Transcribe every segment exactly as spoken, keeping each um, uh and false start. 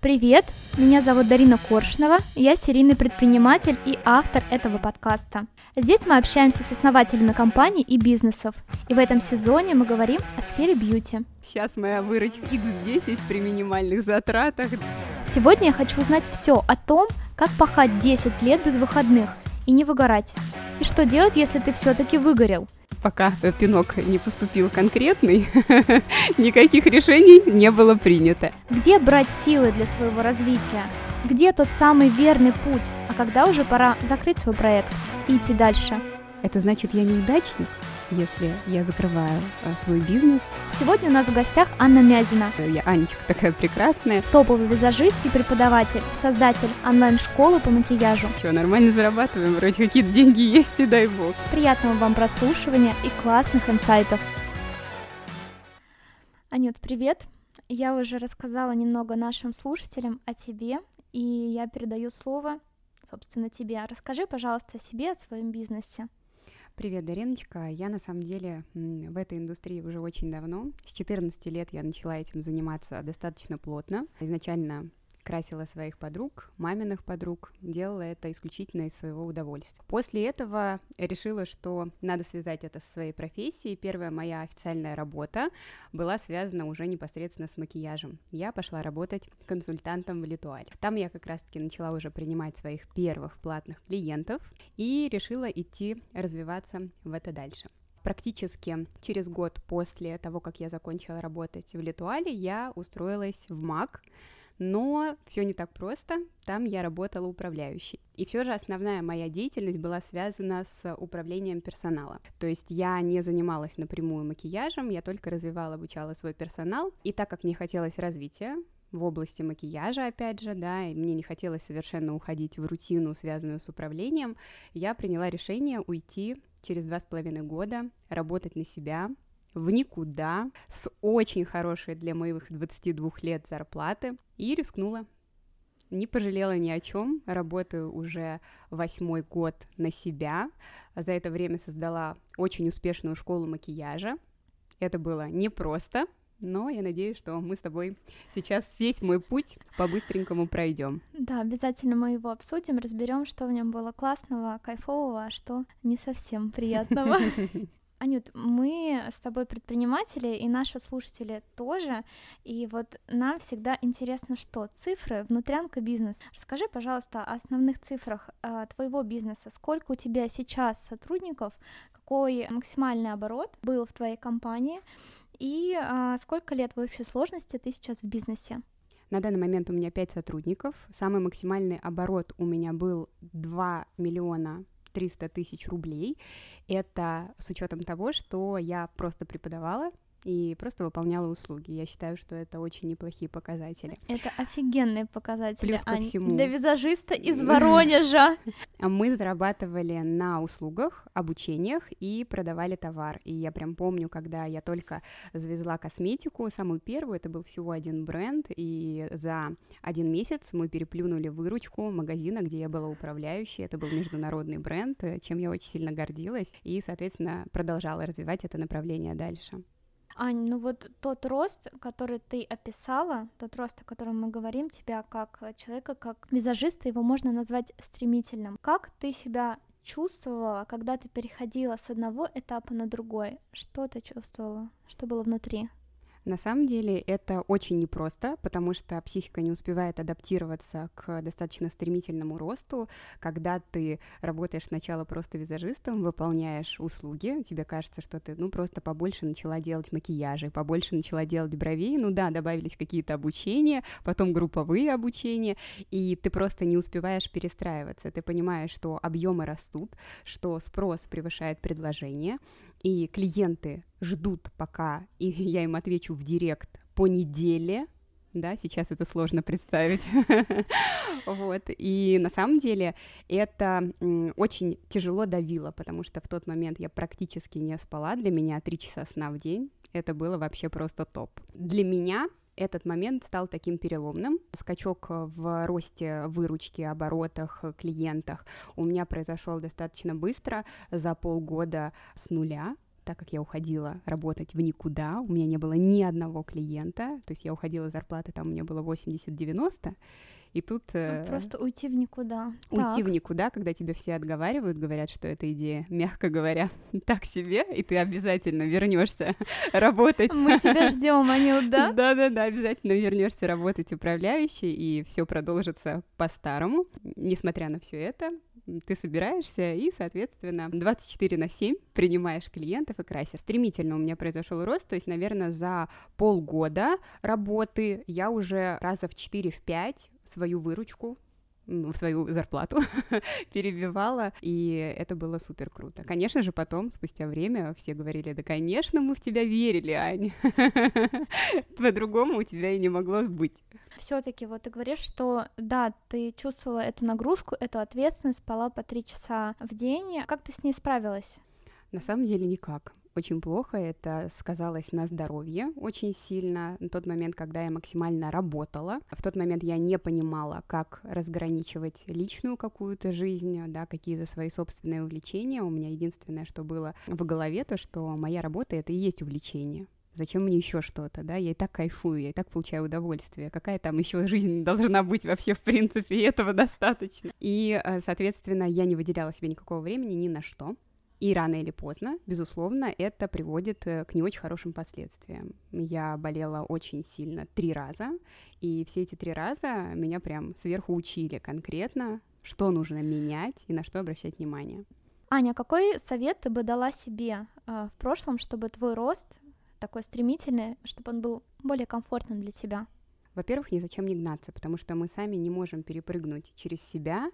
Привет, меня зовут Дарина Коршунова, я серийный предприниматель и автор этого подкаста. Здесь мы общаемся с основателями компаний и бизнесов, и в этом сезоне мы говорим о сфере бьюти. Сейчас моя выручка икс десять при минимальных затратах. Сегодня я хочу узнать все о том, как пахать десять лет без выходных и не выгорать. И что делать, если ты все-таки выгорел? Пока пинок не поступил конкретный, никаких решений не было принято. Где брать силы для своего развития? Где тот самый верный путь? А когда уже пора закрыть свой проект и идти дальше? Это значит, я неудачник, если я закрываю а, свой бизнес. Сегодня у нас в гостях Анна Мязина. Я Анечка такая прекрасная. Топовый визажист и преподаватель, создатель онлайн-школы по макияжу. Чего, нормально зарабатываем, вроде какие-то деньги есть, и дай бог. Приятного вам прослушивания и классных инсайтов. Анют, привет. Я уже рассказала немного нашим слушателям о тебе, и я передаю слово, собственно, тебе. Расскажи, пожалуйста, о себе, о своем бизнесе. Привет, Дариночка. Я на самом деле в этой индустрии уже очень давно. С четырнадцати лет я начала этим заниматься достаточно плотно. Изначально красила своих подруг, маминых подруг, делала это исключительно из своего удовольствия. После этого решила, что надо связать это со своей профессией. Первая моя официальная работа была связана уже непосредственно с макияжем. Я пошла работать консультантом в Литуаль. Там я как раз-таки начала уже принимать своих первых платных клиентов и решила идти развиваться в это дальше. Практически через год после того, как я закончила работать в Литуале, я устроилась в МАК. Но все не так просто, там я работала управляющей. И все же основная моя деятельность была связана с управлением персонала. То есть я не занималась напрямую макияжем, я только развивала, обучала свой персонал. И так как мне хотелось развития в области макияжа, опять же, да, и мне не хотелось совершенно уходить в рутину, связанную с управлением, я приняла решение уйти через два с половиной года, работать на себя, в никуда, с очень хорошей для моих двадцати двух лет зарплаты, и рискнула. Не пожалела ни о чем, работаю уже восьмой год на себя, за это время создала очень успешную школу макияжа. Это было непросто, но я надеюсь, что мы с тобой сейчас весь мой путь по-быстренькому пройдем. Да, обязательно мы его обсудим, разберем, что в нем было классного, кайфового, а что не совсем приятного. Анют, мы с тобой предприниматели, и наши слушатели тоже, и вот нам всегда интересно, что цифры, внутрянка бизнеса. Расскажи, пожалуйста, о основных цифрах а, твоего бизнеса. Сколько у тебя сейчас сотрудников, какой максимальный оборот был в твоей компании, и а, сколько лет в общей сложности ты сейчас в бизнесе? На данный момент у меня пять сотрудников. Самый максимальный оборот у меня был два миллиона триста тысяч рублей. Это с учетом того, что я просто преподавала и просто выполняла услуги. Я считаю, что это очень неплохие показатели. Это офигенные показатели, Плюс ко Ань, всему, для визажиста из Воронежа. Мы зарабатывали на услугах, обучениях и продавали товар. И я прям помню, когда я только завезла косметику, самую первую, это был всего один бренд, и за один месяц мы переплюнули выручку магазина, где я была управляющей. Это был международный бренд, чем я очень сильно гордилась, и, соответственно, продолжала развивать это направление дальше. Ань, ну вот тот рост, который ты описала, тот рост, о котором мы говорим, тебя как человека, как визажиста, его можно назвать стремительным. Как ты себя чувствовала, когда ты переходила с одного этапа на другой? Что ты чувствовала? Что было внутри? На самом деле это очень непросто, потому что психика не успевает адаптироваться к достаточно стремительному росту. Когда ты работаешь сначала просто визажистом, выполняешь услуги, тебе кажется, что ты ну просто побольше начала делать макияжи, побольше начала делать бровей, ну да, добавились какие-то обучения, потом групповые обучения, и ты просто не успеваешь перестраиваться. Ты понимаешь, что объемы растут, что спрос превышает предложение, и клиенты ждут пока, и я им отвечу в директ по неделе, да, сейчас это сложно представить, вот, и на самом деле это очень тяжело давило, потому что в тот момент я практически не спала, для меня три часа сна в день, это было вообще просто топ. Для меня этот момент стал таким переломным. Скачок в росте выручки, оборотах, клиентах у меня произошел достаточно быстро, за полгода с нуля так как я уходила работать в никуда, у меня не было ни одного клиента, то есть я уходила с зарплаты, там у меня было восемьдесят-девяносто, и тут... Ну, просто уйти в никуда. Уйти Так. в никуда, когда тебя все отговаривают, говорят, что эта идея, мягко говоря, так себе, и ты обязательно вернешься работать. Мы тебя ждем, Анют, да? Да-да-да, обязательно вернешься работать управляющей, и все продолжится по-старому. Несмотря на все это, ты собираешься и, соответственно, двадцать четыре на семь принимаешь клиентов и красишь. Стремительно у меня произошел рост, то есть, наверное, за полгода работы я уже раза в четыре-пять свою выручку, свою зарплату перебивала, и это было супер круто. Конечно же, потом, спустя время, все говорили: да, конечно, мы в тебя верили, Ань. По-другому у тебя и не могло быть. Все-таки вот ты говоришь, что да, ты чувствовала эту нагрузку, эту ответственность, спала по три часа в день. Как ты с ней справилась? На самом деле никак. Очень плохо, это сказалось на здоровье очень сильно. На тот момент, когда я максимально работала, в тот момент я не понимала, как разграничивать личную какую-то жизнь, да, какие-то свои собственные увлечения. У меня единственное, что было в голове, то, что моя работа — это и есть увлечение. Зачем мне еще что-то, да? Я и так кайфую, я и так получаю удовольствие. Какая там еще жизнь должна быть вообще, в принципе, и этого достаточно. И, соответственно, я не выделяла себе никакого времени ни на что. И рано или поздно, безусловно, это приводит к не очень хорошим последствиям. Я болела очень сильно три раза, и все эти три раза меня прям сверху учили конкретно, что нужно менять и на что обращать внимание. Аня, какой совет ты бы дала себе э, в прошлом, чтобы твой рост такой стремительный, чтобы он был более комфортным для тебя? Во-первых, ни зачем не гнаться, потому что мы сами не можем перепрыгнуть через себя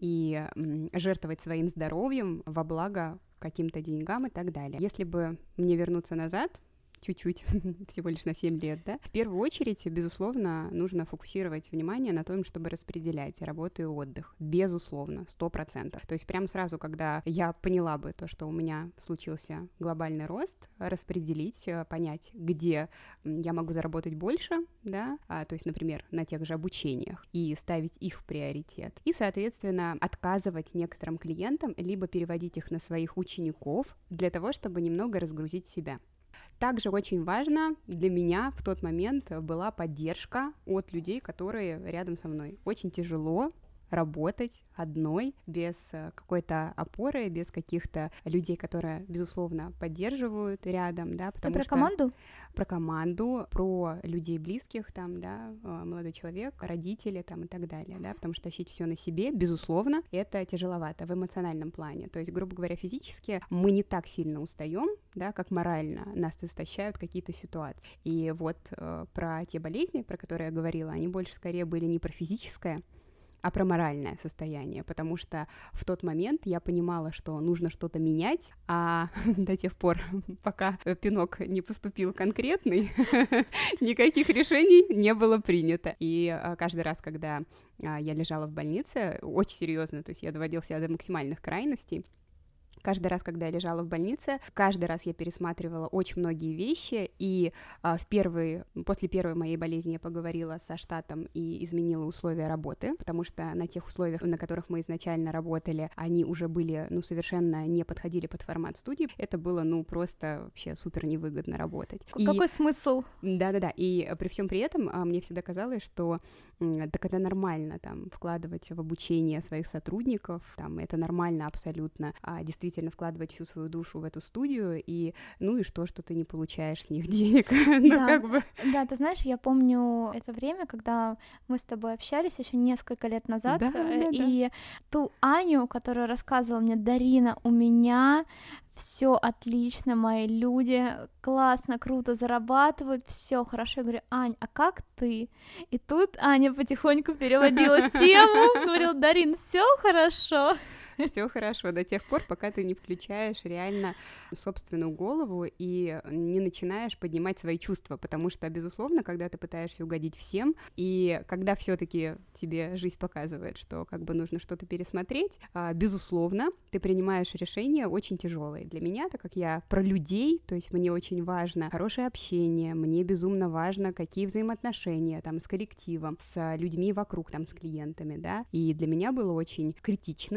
и м, жертвовать своим здоровьем во благо каким-то деньгам и так далее. Если бы мне вернуться назад, чуть-чуть, всего лишь на семь лет, да, в первую очередь, безусловно, нужно фокусировать внимание на том, чтобы распределять работу и отдых. Безусловно, сто процентов. То есть прямо сразу, когда я поняла бы то, что у меня случился глобальный рост, распределить, понять, где я могу заработать больше, да, а, то есть, например, на тех же обучениях, и ставить их в приоритет. И, соответственно, отказывать некоторым клиентам, либо переводить их на своих учеников для того, чтобы немного разгрузить себя. Также очень важно для меня в тот момент была поддержка от людей, которые рядом со мной. Очень тяжело работать одной, без какой-то опоры, без каких-то людей, которые, безусловно, поддерживают рядом, да, потому Ты про что... команду? Про команду, про людей близких, там, да, молодой человек, родители, там, и так далее, да, потому что тащить все на себе, безусловно, это тяжеловато в эмоциональном плане, то есть, грубо говоря, физически мы не так сильно устаем, да, как морально нас истощают какие-то ситуации, и вот э, про те болезни, про которые я говорила, они больше скорее были не про физическое, а про моральное состояние, потому что в тот момент я понимала, что нужно что-то менять, а до тех пор, пока пинок не поступил конкретный, никаких решений не было принято. И каждый раз, когда я лежала в больнице, очень серьезно, то есть я доводила себя до максимальных крайностей, каждый раз, когда я лежала в больнице, каждый раз я пересматривала очень многие вещи, и а, в первый, после первой моей болезни я поговорила со штатом и изменила условия работы, потому что на тех условиях, на которых мы изначально работали, они уже были, ну, совершенно не подходили под формат студии. Это было, ну, просто вообще супер невыгодно работать. Какой и... смысл? Да-да-да, и при всем при этом а, мне всегда казалось, что м, так это нормально, там, вкладывать в обучение своих сотрудников, там, это нормально абсолютно, а, действительно вкладывать всю свою душу в эту студию, и ну и что, что ты не получаешь с них денег? Ну, Да, как бы... да, ты знаешь, я помню это время, когда мы с тобой общались еще несколько лет назад, Да, да, и ту Аню, которая рассказывала мне: Дарина, у меня все отлично, мои люди классно, круто зарабатывают, все хорошо. Я говорю: Ань, а как ты? И тут Аня потихоньку переводила тему, говорила: Дарин, все хорошо. Все хорошо до тех пор, пока ты не включаешь реально собственную голову и не начинаешь поднимать свои чувства, потому что, безусловно, когда ты пытаешься угодить всем, и когда все-таки тебе жизнь показывает, что как бы нужно что-то пересмотреть, безусловно, ты принимаешь решения очень тяжелые. Для меня, так как я про людей, то есть мне очень важно хорошее общение, мне безумно важно, какие взаимоотношения там с коллективом, с людьми вокруг, там, с клиентами, да, и для меня было очень критично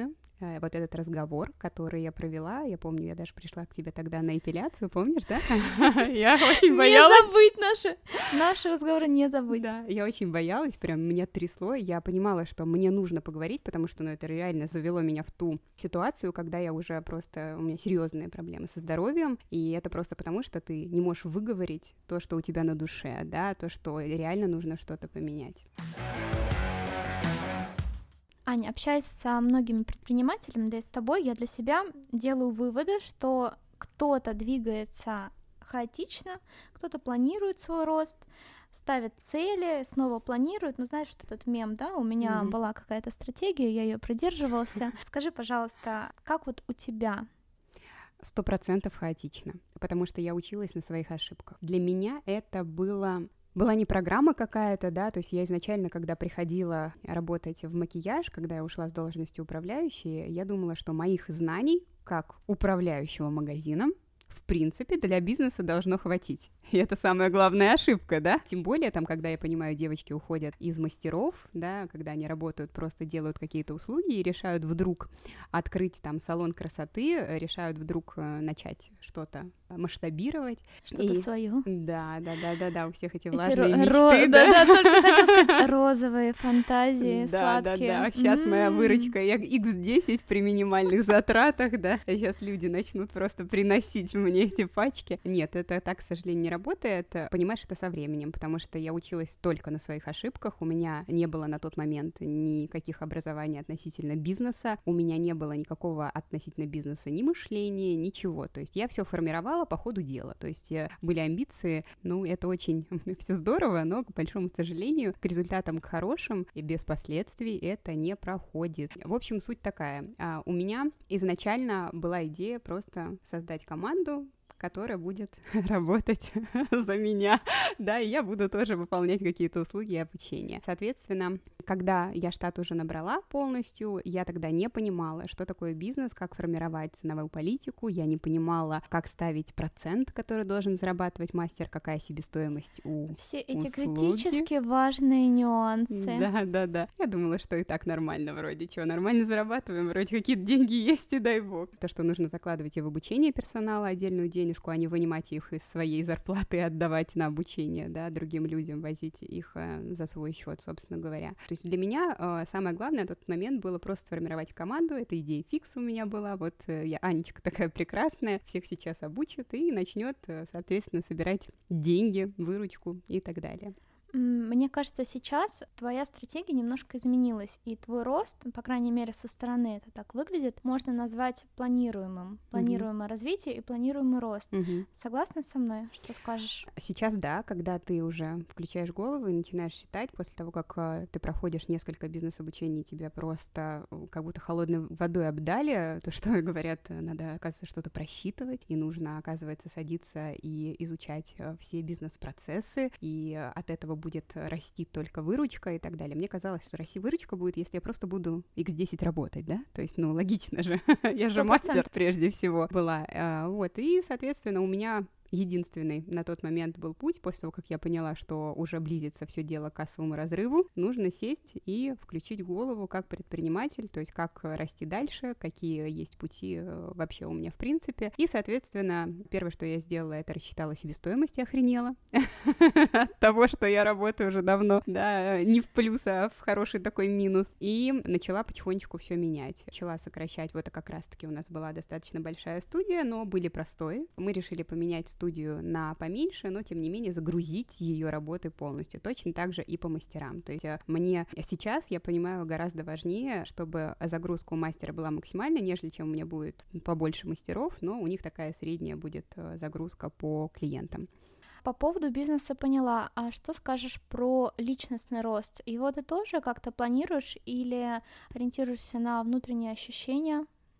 э, вот этот разговор, который я провела. Я помню, я даже пришла к тебе тогда на эпиляцию, помнишь, да? Я очень боялась. Не забыть наши, наши разговоры, не забыть. Да, я очень боялась, прям меня трясло, я понимала, что мне нужно поговорить, потому что, ну, это реально завело меня в ту ситуацию, когда я уже просто, у меня серьезные проблемы со здоровьем, и это просто потому, что ты не можешь выговорить то, что у тебя на душе, да, то, что реально нужно что-то поменять. Аня, общаясь со многими предпринимателями, да и с тобой, я для себя делаю выводы, что кто-то двигается хаотично, кто-то планирует свой рост, ставит цели, снова планирует. Ну, знаешь, вот этот мем, да, у меня mm-hmm. была какая-то стратегия, я ее придерживался. Скажи, пожалуйста, как вот у тебя? Сто процентов хаотично, потому что я училась на своих ошибках. Для меня это было... Была не программа какая-то, да, то есть я изначально, когда приходила работать в макияж, когда я ушла с должности управляющей, я думала, что моих знаний как управляющего магазином в принципе, для бизнеса должно хватить. И это самая главная ошибка, да? Тем более, там, когда, я понимаю, девочки уходят из мастеров, да, когда они работают, просто делают какие-то услуги и решают вдруг открыть там салон красоты, решают вдруг начать что-то масштабировать. Что-то и... свое. Да, да, да, да, да, у всех эти, эти ро- влажные мечты. Ро- да, да, только хотела сказать, розовые фантазии, да, сладкие. Да, да, да, сейчас моя выручка икс десять при минимальных затратах, да, сейчас люди начнут просто приносить мне эти пачки. Нет, это так, к сожалению, не работает. Понимаешь, это со временем, потому что я училась только на своих ошибках, у меня не было на тот момент никаких образований относительно бизнеса, у меня не было никакого относительно бизнеса ни мышления, ничего, то есть я все формировала по ходу дела, то есть были амбиции, ну, это очень все здорово, но, к большому сожалению, к результатам к хорошим и без последствий это не проходит. В общем, суть такая, у меня изначально была идея просто создать команду, которая будет работать за меня, да, и я буду тоже выполнять какие-то услуги и обучение. Соответственно, когда я штат уже набрала полностью, я тогда не понимала, что такое бизнес, как формировать ценовую политику, я не понимала, как ставить процент, который должен зарабатывать мастер, какая себестоимость у Все эти услуги. критически важные нюансы. Да, да, да. Я думала, что и так нормально вроде, чего, нормально зарабатываем, вроде какие-то деньги есть, и дай бог. То, что нужно закладывать и в обучение персонала отдельную денежку, а не вынимать их из своей зарплаты и отдавать на обучение, да, другим людям, возить их э, за свой счет, собственно говоря. То есть для меня э, самое главное на тот момент было просто сформировать команду, эта идея фикс у меня была, вот э, я, Анечка такая прекрасная, всех сейчас обучит и начнет, э, соответственно, собирать деньги, выручку и так далее. Мне кажется, сейчас твоя стратегия немножко изменилась, и твой рост, по крайней мере, со стороны это так выглядит, можно назвать планируемым. Планируемое mm-hmm. развитие и планируемый рост. Mm-hmm. Согласна со мной? Что скажешь? Сейчас да, когда ты уже включаешь голову и начинаешь считать, после того, как э, ты проходишь несколько бизнес-обучений, тебя просто как будто холодной водой обдали, то, что говорят, надо, оказывается, что-то просчитывать, и нужно, оказывается, садиться и изучать все бизнес-процессы, и от этого будет расти только выручка и так далее. Мне казалось, что расти выручка будет, если я просто буду икс десять работать, да? То есть, ну, логично же. Я же мастер прежде всего была. Вот, и, соответственно, у меня единственный на тот момент был путь, после того, как я поняла, что уже близится все дело к кассовому разрыву, нужно сесть и включить голову как предприниматель, то есть как расти дальше, какие есть пути вообще у меня в принципе. И, соответственно, первое, что я сделала, это рассчитала себестоимость и охренела от того, что я работаю уже давно, да, не в плюс, а в хороший такой минус. И начала потихонечку все менять. Начала сокращать, вот как раз-таки у нас была достаточно большая студия, но были простои. Мы решили поменять студию на поменьше, но тем не менее загрузить ее работой полностью. Точно так же и по мастерам. То есть мне сейчас, я понимаю, гораздо важнее, чтобы загрузка у мастера была максимальной, нежели чем у меня будет побольше мастеров, но у них такая средняя будет загрузка по клиентам. По поводу бизнеса поняла, а что скажешь про личностный рост? Его ты тоже как-то планируешь или ориентируешься на внутренние ощущения?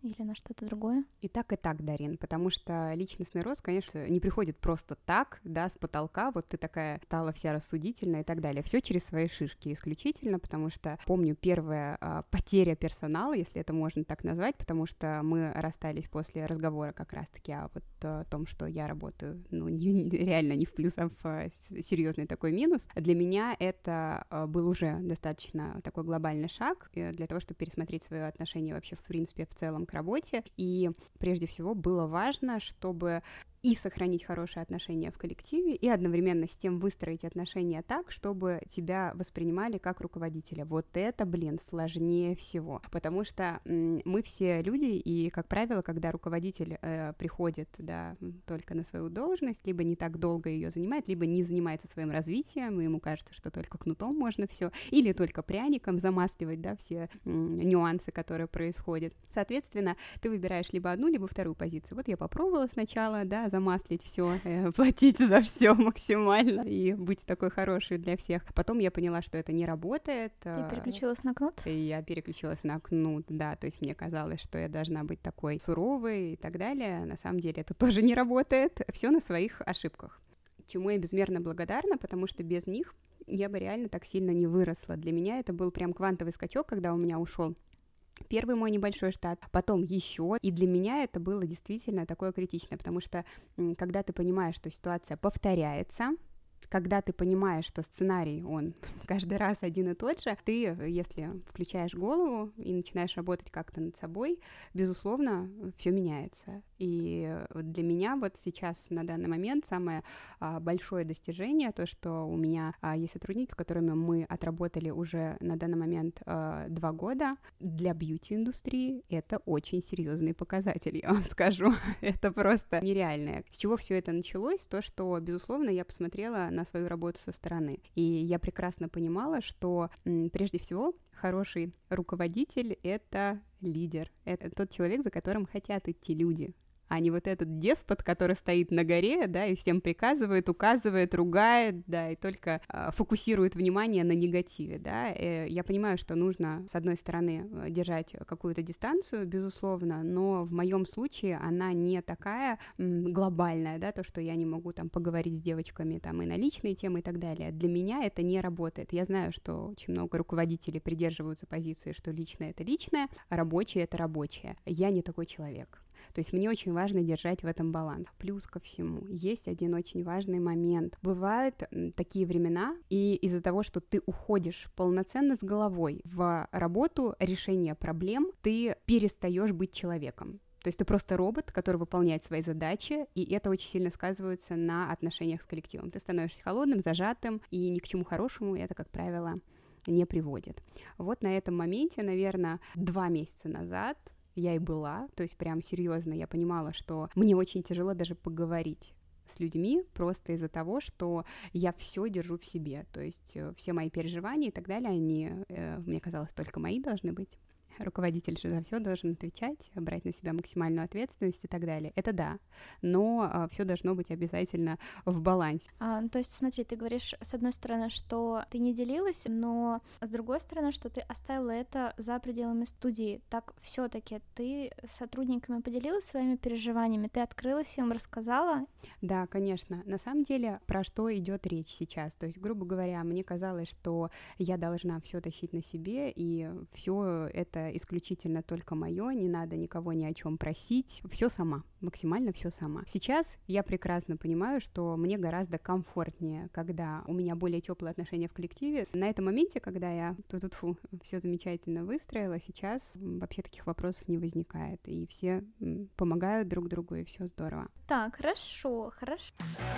или на что-то другое? И так, и так, Дарин, потому что личностный рост, конечно, не приходит просто так, да, с потолка, вот ты такая стала вся рассудительная и так далее. Все через свои шишки исключительно, потому что помню первая а, потеря персонала, если это можно так назвать, потому что мы расстались после разговора как раз-таки о вот о том, что я работаю, ну, не, реально не в плюс, а в серьезный такой минус. Для меня это а, был уже достаточно такой глобальный шаг для того, чтобы пересмотреть свое отношение вообще, в принципе, в целом к работе. И прежде всего было важно, чтобы и сохранить хорошие отношения в коллективе, и одновременно с тем выстроить отношения так, чтобы тебя воспринимали как руководителя. Вот это, блин, сложнее всего, потому что м, мы все люди, и, как правило, когда руководитель э, приходит, да, только на свою должность, либо не так долго ее занимает, либо не занимается своим развитием, и ему кажется, что только кнутом можно все, или только пряником замасливать, да, все м, нюансы, которые происходят. Соответственно, ты выбираешь либо одну, либо вторую позицию. Вот я попробовала сначала, да, замаслить все, э, платить за все максимально и быть такой хорошей для всех. Потом я поняла, что это не работает. Ты переключилась на кнут? И я переключилась на кнут, да, то есть мне казалось, что я должна быть такой суровой и так далее. На самом деле это тоже не работает. Все на своих ошибках. Чему я безмерно благодарна, потому что без них я бы реально так сильно не выросла. Для меня это был прям квантовый скачок, когда у меня ушел первый мой небольшой штат, потом еще, и для меня это было действительно такое критичное, потому что когда ты понимаешь, что ситуация повторяется, когда ты понимаешь, что сценарий, он каждый раз один и тот же, ты, если включаешь голову и начинаешь работать как-то над собой, безусловно, все меняется. И для меня вот сейчас, на данный момент, самое а, большое достижение, то, что у меня а, есть сотрудники, с которыми мы отработали уже на данный момент а, два года. Для бьюти-индустрии это очень серьезный показатель, я вам скажу. Это просто нереальное. С чего все это началось? То, что, безусловно, я посмотрела на свою работу со стороны. И я прекрасно понимала, что м, прежде всего хороший руководитель — это лидер. Это тот человек, за которым хотят идти люди, а не вот этот деспот, который стоит на горе, да, и всем приказывает, указывает, ругает, да, и только э, фокусирует внимание на негативе, да. Э, я понимаю, что нужно, с одной стороны, держать какую-то дистанцию, безусловно, но в моем случае она не такая м, глобальная, да, то, что я не могу там поговорить с девочками там и на личные темы и так далее. Для меня это не работает. Я знаю, что очень много руководителей придерживаются позиции, что личное — это личное, а рабочее — это рабочее. Я не такой человек. То есть мне очень важно держать в этом баланс. Плюс ко всему, есть один очень важный момент. Бывают такие времена, и из-за того, что ты уходишь полноценно с головой в работу решения проблем, ты перестаешь быть человеком. То есть ты просто робот, который выполняет свои задачи, и это очень сильно сказывается на отношениях с коллективом. Ты становишься холодным, зажатым, и ни к чему хорошему это, как правило, не приводит. Вот на этом моменте, наверное, два месяца назад я и была, то есть прям серьезно я понимала, что мне очень тяжело даже поговорить с людьми просто из-за того, что я все держу в себе, то есть все мои переживания и так далее, они, э, мне казалось, только мои должны быть. Руководитель же за все должен отвечать, брать на себя максимальную ответственность и так далее. Это да, но а, все должно быть обязательно в балансе. А, ну, то есть, смотри, ты говоришь, с одной стороны, что ты не делилась, но с другой стороны, что ты оставила это за пределами студии. Так все-таки ты с сотрудниками поделилась своими переживаниями, ты открылась им, рассказала? Да, конечно. На самом деле, про что идет речь сейчас? То есть, грубо говоря, мне казалось, что я должна все тащить на себе, и все это исключительно только мое, не надо никого ни о чем просить, все сама, максимально все сама. Сейчас я прекрасно понимаю, что мне гораздо комфортнее, когда у меня более теплые отношения в коллективе. На этом моменте, когда я тут-тут-фу, все замечательно выстроила, сейчас вообще таких вопросов не возникает, и все помогают друг другу, и все здорово. Так, хорошо, хорошо.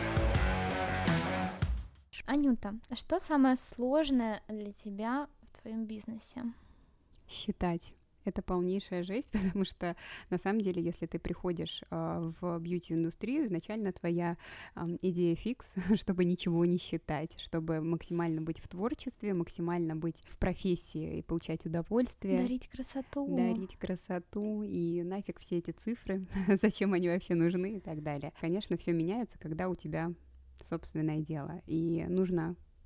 Анюта, что самое сложное для тебя в твоем бизнесе? Считать. Это полнейшая жесть, потому что на самом деле, если ты приходишь э, в бьюти-индустрию, изначально твоя э, идея фикс, чтобы ничего не считать, чтобы максимально быть в творчестве, максимально быть в профессии и получать удовольствие. Дарить красоту. Дарить красоту, и нафиг все эти цифры, зачем они вообще нужны и так далее. Конечно, все меняется, когда у тебя собственное дело, и нужно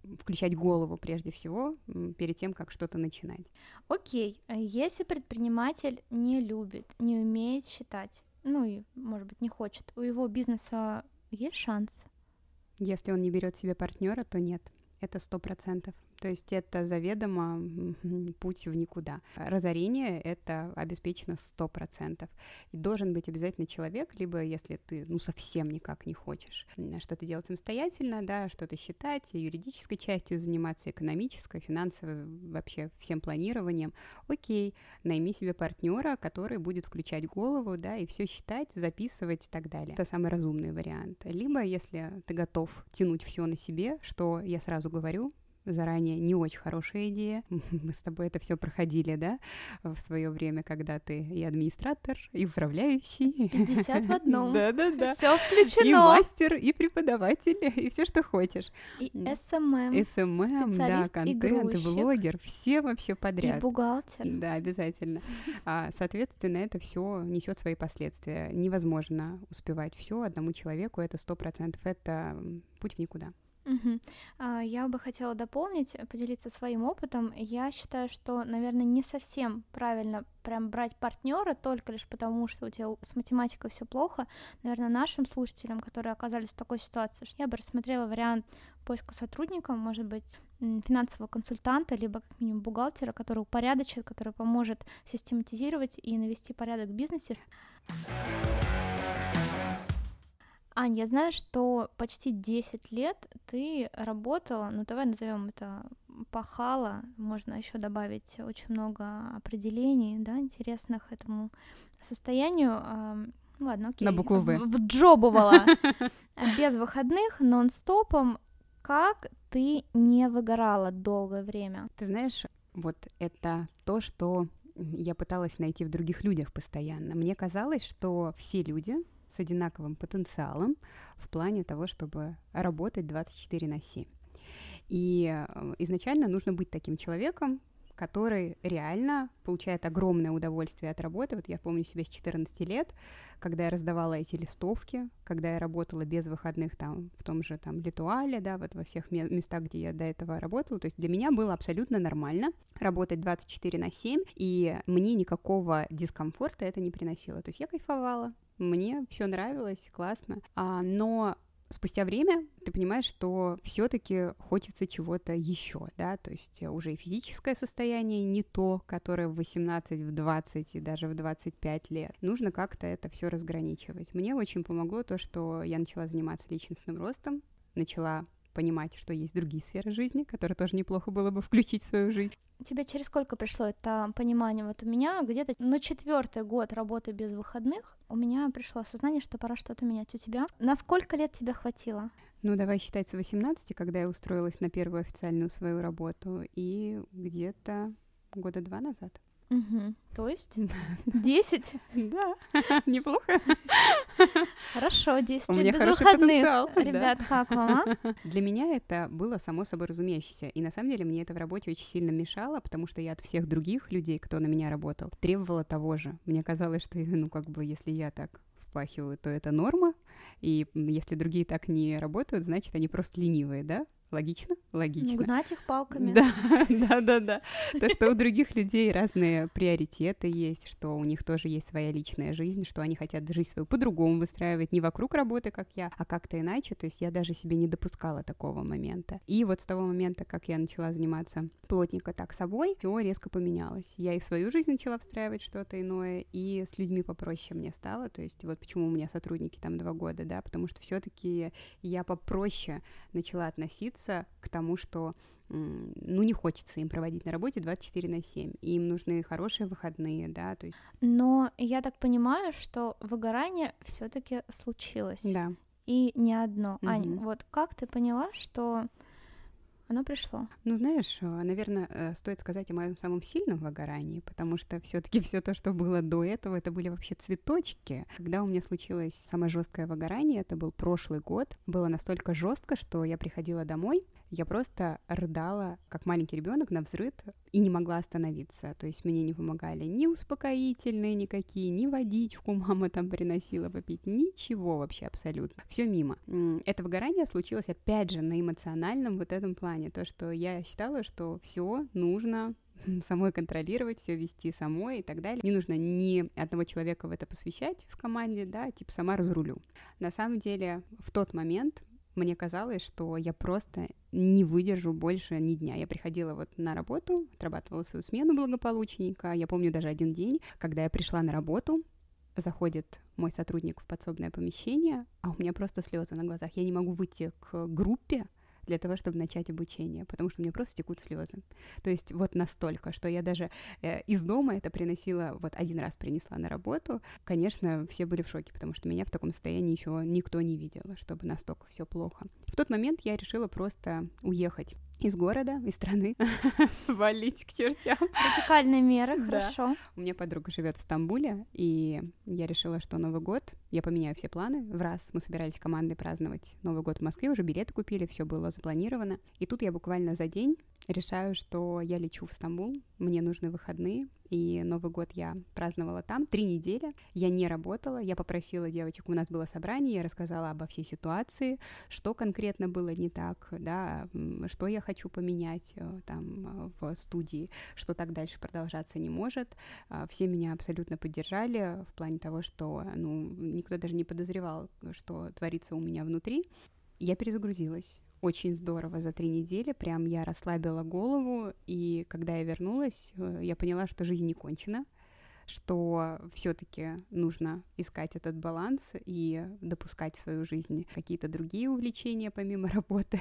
включать голову прежде всего перед тем, как что-то начинать. Окей, если предприниматель не любит, не умеет считать, ну и, может быть, не хочет, у его бизнеса есть шанс? Если он не берет себе партнера, то нет. Это сто процентов. То есть это заведомо путь в никуда. Разорение — это обеспечено сто процентов. И должен быть обязательно человек, либо если ты ну совсем никак не хочешь что-то делать самостоятельно, да, что-то считать, юридической частью заниматься, экономической, финансовой, вообще всем планированием, окей, найми себе партнера, который будет включать голову, да, и все считать, записывать и так далее. Это самый разумный вариант. Либо если ты готов тянуть все на себе, что я сразу говорю, заранее не очень хорошая идея. Мы с тобой это все проходили, да, в свое время, когда ты и администратор, и управляющий. пятьдесят в одном. Да-да-да. Все включено. И мастер, и преподаватель, и все, что хочешь. И эс эм эм. эс эм эм, да, контент, и блогер, все вообще подряд. И бухгалтер. Да, обязательно. А, соответственно, это все несет свои последствия. Невозможно успевать все одному человеку, это сто процентов. Это путь в никуда. Угу. Я бы хотела дополнить, поделиться своим опытом. Я считаю, что, наверное, не совсем правильно прям брать партнера только лишь потому, что у тебя с математикой все плохо. Наверное, нашим слушателям, которые оказались в такой ситуации, я бы рассмотрела вариант поиска сотрудника, может быть, финансового консультанта, либо как минимум бухгалтера, который упорядочит, который поможет систематизировать и навести порядок в бизнесе. Ань, я знаю, что почти десять лет ты работала, ну давай назовем это пахала, можно еще добавить очень много определений, да, интересных этому состоянию. Ну ладно, окей. На букву В. Вджобывала без выходных, нон-стопом. Как ты не выгорала долгое время? Ты знаешь, вот это то, что я пыталась найти в других людях постоянно. Мне казалось, что все люди с одинаковым потенциалом в плане того, чтобы работать двадцать четыре на семь. И изначально нужно быть таким человеком, который реально получает огромное удовольствие от работы. Вот я помню себя с четырнадцати лет, когда я раздавала эти листовки, когда я работала без выходных там в том же там Литуале, да, вот во всех местах, где я до этого работала. То есть для меня было абсолютно нормально работать двадцать четыре на семь, и мне никакого дискомфорта это не приносило. То есть я кайфовала, мне все нравилось, классно. А, но спустя время ты понимаешь, что все-таки хочется чего-то еще, да, то есть уже и физическое состояние не то, которое в восемнадцать, в двадцать и даже в двадцать пять лет. Нужно как-то это все разграничивать. Мне очень помогло то, что я начала заниматься личностным ростом, начала понимать, что есть другие сферы жизни, которые тоже неплохо было бы включить в свою жизнь. У тебя через сколько пришло это понимание? Вот у меня где-то на четвертый год работы без выходных у меня пришло осознание, что пора что-то менять. У тебя? На сколько лет тебе хватило? Ну, давай считать с восемнадцати, когда я устроилась на первую официальную свою работу, и где-то года два назад. Угу. То есть десять? Да, неплохо. Хорошо, десять лет без выходных. Ребят, как вам, а? Для меня это было само собой разумеющееся. И на самом деле мне это в работе очень сильно мешало, потому что я от всех других людей, кто на меня работал, требовала того же. Мне казалось, что, ну, как бы, если я так впахиваю, то это норма. И если другие так не работают, значит, они просто ленивые, да? Логично? Логично. Гнать их палками. Да, да, да, да. То, что у других людей разные приоритеты есть, что у них тоже есть своя личная жизнь, что они хотят жизнь свою по-другому выстраивать, не вокруг работы, как я, а как-то иначе. То есть я даже себе не допускала такого момента. И вот с того момента, как я начала заниматься плотненько так собой, все резко поменялось. Я и в свою жизнь начала встраивать что-то иное, и с людьми попроще мне стало. То есть вот почему у меня сотрудники там два года, да, потому что все-таки я попроще начала относиться к тому, что ну, не хочется им проводить на работе двадцать четыре на семь. Им нужны хорошие выходные, да, то есть... Но я так понимаю, что выгорание все-таки случилось. Да. И не одно. Угу. Ань, вот как ты поняла, что оно пришло? Ну, знаешь, наверное, стоит сказать о моем самом сильном выгорании, потому что все-таки все то, что было до этого, это были вообще цветочки. Когда у меня случилось самое жесткое выгорание, это был прошлый год, было настолько жестко, что я приходила домой, я просто рыдала, как маленький ребенок на взрыв, и не могла остановиться. То есть мне не помогали ни успокоительные никакие, ни водичку мама там приносила попить, ничего вообще абсолютно. Все мимо. Это выгорание случилось опять же на эмоциональном вот этом плане. То, что я считала, что все нужно самой контролировать, все вести самой и так далее. Не нужно ни одного человека в это посвящать в команде, да, типа сама разрулю. На самом деле в тот момент мне казалось, что я просто не выдержу больше ни дня. Я приходила вот на работу, отрабатывала свою смену благополучненько. Я помню даже один день, когда я пришла на работу, заходит мой сотрудник в подсобное помещение, а у меня просто слезы на глазах. Я не могу выйти к группе для того, чтобы начать обучение, потому что мне просто текут слезы. То есть вот настолько, что я даже э, из дома это приносила, вот один раз принесла на работу. Конечно, все были в шоке, потому что меня в таком состоянии еще никто не видел, чтобы настолько все плохо. В тот момент я решила просто уехать из города, из страны, свалить к чертям. Радикальные меры, хорошо. У меня подруга живет в Стамбуле, и я решила, что Новый год, я поменяю все планы в раз. Мы собирались командой праздновать Новый год в Москве, уже билеты купили, все было запланировано. И тут я буквально за день решаю, что я лечу в Стамбул, мне нужны выходные, и Новый год я праздновала там три недели. Я не работала, я попросила девочек, у нас было собрание, я рассказала обо всей ситуации, что конкретно было не так, да, что я хочу поменять там в студии, что так дальше продолжаться не может. Все меня абсолютно поддержали в плане того, что, ну, никто даже не подозревал, что творится у меня внутри. Я перезагрузилась. Очень здорово за три недели, прям я расслабила голову, и когда я вернулась, я поняла, что жизнь не кончена, что все-таки нужно искать этот баланс и допускать в свою жизнь какие-то другие увлечения помимо работы.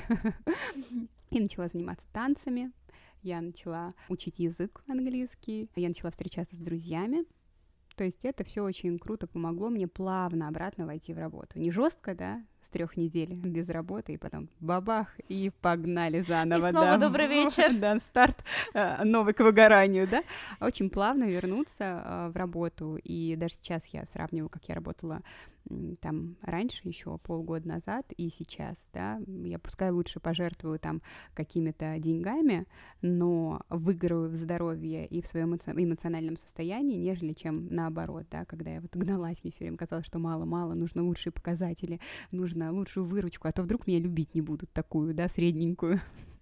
И начала заниматься танцами, я начала учить язык английский, я начала встречаться с друзьями. То есть это все очень круто помогло мне плавно обратно войти в работу. Не жестко, да, с трех недель без работы, и потом бабах, и погнали заново. И снова да, добрый вечер. Да, старт новый к выгоранию, да. Очень плавно вернуться в работу, и даже сейчас я сравниваю, как я работала там раньше, еще полгода назад, и сейчас, да, я пускай лучше пожертвую там какими-то деньгами, но выиграю в здоровье и в своем эмоциональном состоянии, нежели чем наоборот, да, когда я вот гналась, мне все время казалось, что мало-мало, нужно лучшие показатели, нужно лучшую выручку, а то вдруг меня любить не будут такую, да, средненькую.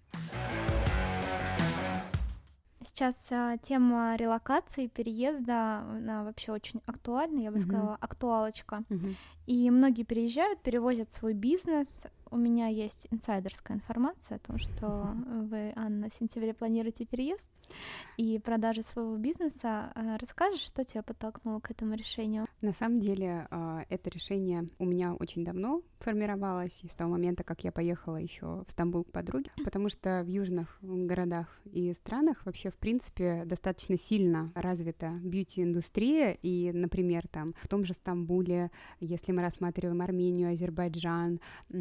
Сейчас а, тема релокации, переезда, она вообще очень актуальна, я бы uh-huh. сказала, актуалочка. Uh-huh. И многие переезжают, перевозят свой бизнес. У меня есть инсайдерская информация о том, что uh-huh. вы, Анна, в сентябре планируете переезд и продажу своего бизнеса. Расскажешь, что тебя подтолкнуло к этому решению? На самом деле, это решение у меня очень давно формировалось, с того момента, как я поехала еще в Стамбул к подруге, потому что в южных городах и странах вообще, в принципе, достаточно сильно развита бьюти-индустрия, и, например, там, в том же Стамбуле, если мы рассматриваем Армению, Азербайджан,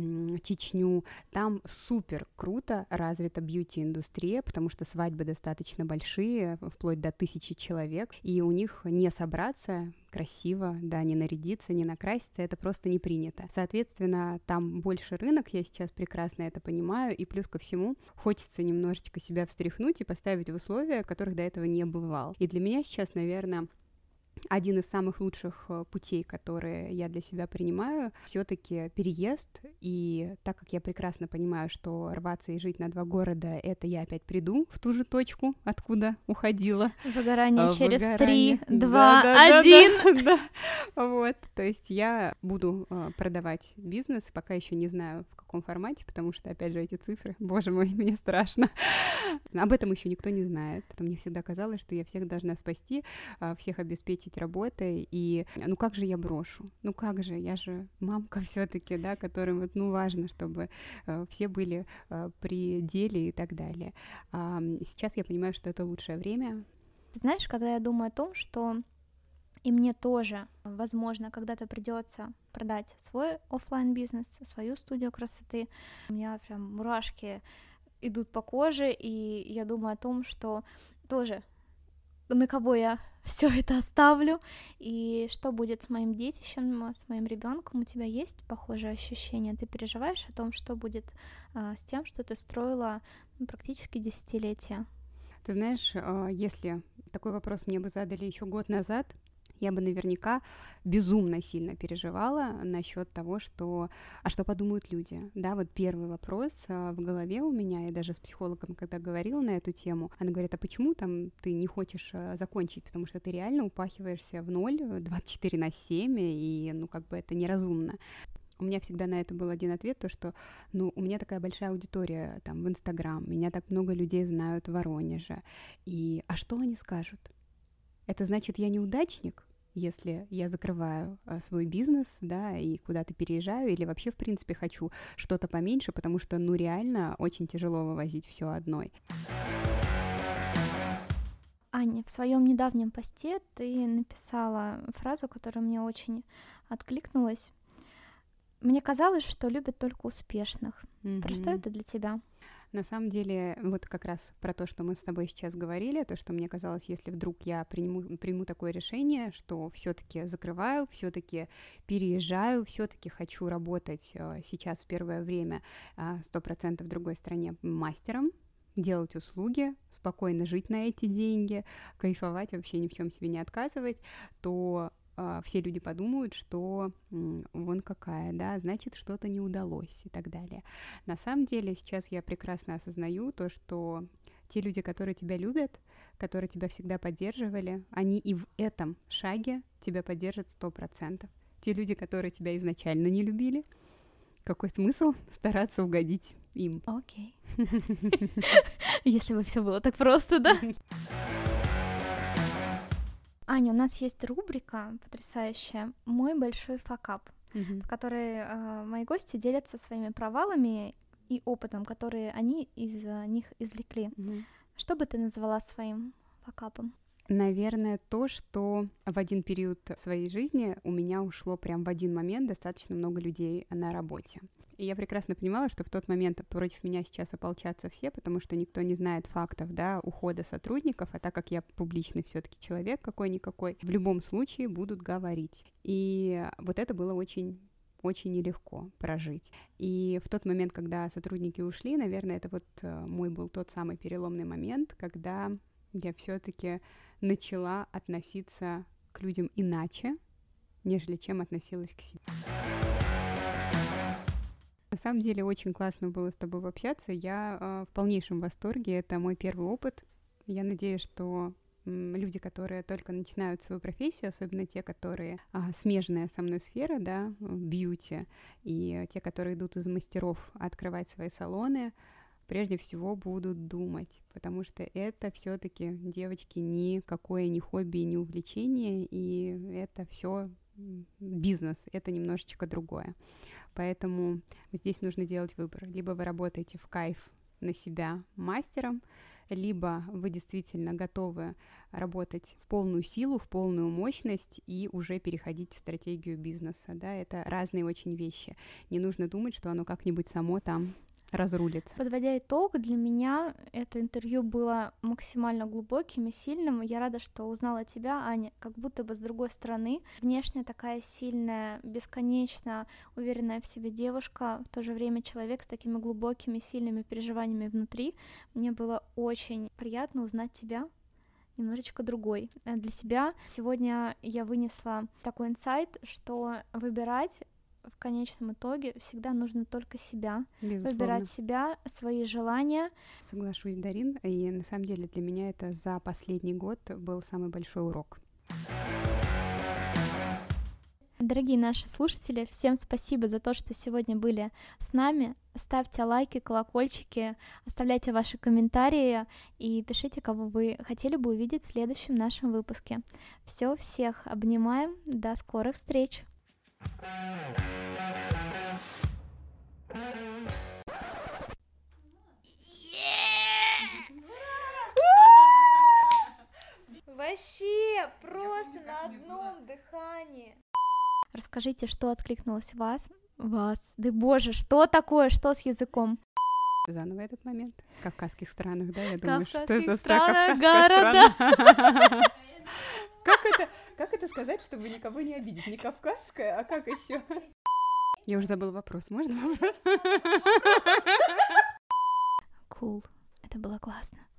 Чечню, там супер круто развита бьюти-индустрия, потому что свадьбы достаточно большие, вплоть до тысячи человек, и у них не собраться красиво, да, не нарядиться, не накраситься, это просто не принято. Соответственно, там больше рынок, я сейчас прекрасно это понимаю, и плюс ко всему хочется немножечко себя встряхнуть и поставить в условия, которых до этого не бывало. И для меня сейчас, наверное, один из самых лучших путей, которые я для себя принимаю, все-таки переезд. И так как я прекрасно понимаю, что рваться и жить на два города, это я опять приду в ту же точку, откуда уходила. Выгорание Выгорание. через три, два, один. Вот, то есть я буду продавать бизнес, пока еще не знаю, в каком формате, потому что, опять же, эти цифры, боже мой, мне страшно. Об этом еще никто не знает. Мне всегда казалось, что я всех должна спасти, всех обеспечить работой, и ну как же я брошу? Ну как же? Я же мамка все-таки, да, которым вот, ну, важно, чтобы э, все были э, при деле и так далее. А, сейчас я понимаю, что это лучшее время. Знаешь, когда я думаю о том, что и мне тоже, возможно, когда-то придется продать свой офлайн бизнес, свою студию красоты, у меня прям мурашки идут по коже, и я думаю о том, что тоже на кого я все это оставлю, и что будет с моим детищем, с моим ребенком. У тебя есть похожие ощущения? Ты переживаешь о том, что будет а, с тем, что ты строила ну, практически десятилетия? Ты знаешь, если такой вопрос мне бы задали еще год назад, я бы наверняка безумно сильно переживала насчет того, что а что подумают люди. Да, вот первый вопрос в голове у меня, я даже с психологом, когда говорила на эту тему, она говорит, а почему там ты не хочешь закончить, потому что ты реально упахиваешься в ноль двадцать четыре на семь, и ну как бы это неразумно. У меня всегда на это был один ответ, то что, ну, у меня такая большая аудитория там в Инстаграм, меня так много людей знают в Воронеже, и а что они скажут? Это значит, я неудачник, если я закрываю а, свой бизнес, да, и куда-то переезжаю, или вообще, в принципе, хочу что-то поменьше, потому что, ну, реально очень тяжело вывозить все одной. Аня, в своем недавнем посте ты написала фразу, которая мне очень откликнулась. Мне казалось, что любят только успешных. Mm-hmm. Про что это для тебя? На самом деле, вот как раз про то, что мы с тобой сейчас говорили, то, что мне казалось, если вдруг я приму, приму такое решение, что все-таки закрываю, все-таки переезжаю, все-таки хочу работать э, сейчас в первое время сто процентов в другой стране мастером, делать услуги, спокойно жить на эти деньги, кайфовать, вообще ни в чем себе не отказывать, то все люди подумают, что м, вон какая, да, значит, что-то не удалось и так далее. На самом деле, сейчас я прекрасно осознаю то, что те люди, которые тебя любят, которые тебя всегда поддерживали, они и в этом шаге тебя поддержат сто процентов. Те люди, которые тебя изначально не любили, какой смысл стараться угодить им? Окей. Если бы все было так просто, да? Аня, у нас есть рубрика потрясающая «Мой большой факап», uh-huh. в которой э, мои гости делятся своими провалами и опытом, которые они из них извлекли. Uh-huh. Что бы ты назвала своим факапом? Наверное, то, что в один период своей жизни у меня ушло прям в один момент достаточно много людей на работе. И я прекрасно понимала, что в тот момент против меня сейчас ополчатся все, потому что никто не знает фактов, да, ухода сотрудников, а так как я публичный все-таки человек какой-никакой, в любом случае будут говорить. И вот это было очень очень нелегко прожить. И в тот момент, когда сотрудники ушли, наверное, это вот мой был тот самый переломный момент, когда я все-таки начала относиться к людям иначе, нежели чем относилась к себе. На самом деле очень классно было с тобой общаться. Я э, в полнейшем восторге. Это мой первый опыт. Я надеюсь, что м, люди, которые только начинают свою профессию, особенно те, которые а, смежная со мной сфера, да, бьюти, и те, которые идут из мастеров открывать свои салоны, прежде всего будут думать, потому что это все-таки, девочки, никакое не хобби, не увлечение, и это все бизнес, это немножечко другое. Поэтому здесь нужно делать выбор. Либо вы работаете в кайф на себя мастером, либо вы действительно готовы работать в полную силу, в полную мощность и уже переходить в стратегию бизнеса. Да? Это разные очень вещи. Не нужно думать, что оно как-нибудь само там разрулится. Подводя итог, для меня это интервью было максимально глубоким и сильным. Я рада, что узнала тебя, Аня, как будто бы с другой стороны. Внешне такая сильная, бесконечно уверенная в себе девушка, в то же время человек с такими глубокими, сильными переживаниями внутри. Мне было очень приятно узнать тебя немножечко другой. Для себя сегодня я вынесла такой инсайт, что выбирать в конечном итоге всегда нужно только себя. Безусловно. Выбирать себя, свои желания. Соглашусь, Дарин, и на самом деле для меня это за последний год был самый большой урок. Дорогие наши слушатели, всем спасибо за то, что сегодня были с нами. Ставьте лайки, колокольчики, оставляйте ваши комментарии и пишите, кого вы хотели бы увидеть в следующем нашем выпуске. Все, всех обнимаем, до скорых встреч! Вообще, просто на одном дыхании. Расскажите, что откликнулось вас? Вас. Да боже, что такое? Что с языком? Заново этот момент. В кавказских странах, да, я думаю, что Кавказских за странах кавказская города. страна. Как это, как это сказать, чтобы никого не обидеть? Не кавказская, а как еще? Я уже забыла вопрос. Можно вопрос? Cool. Это было классно.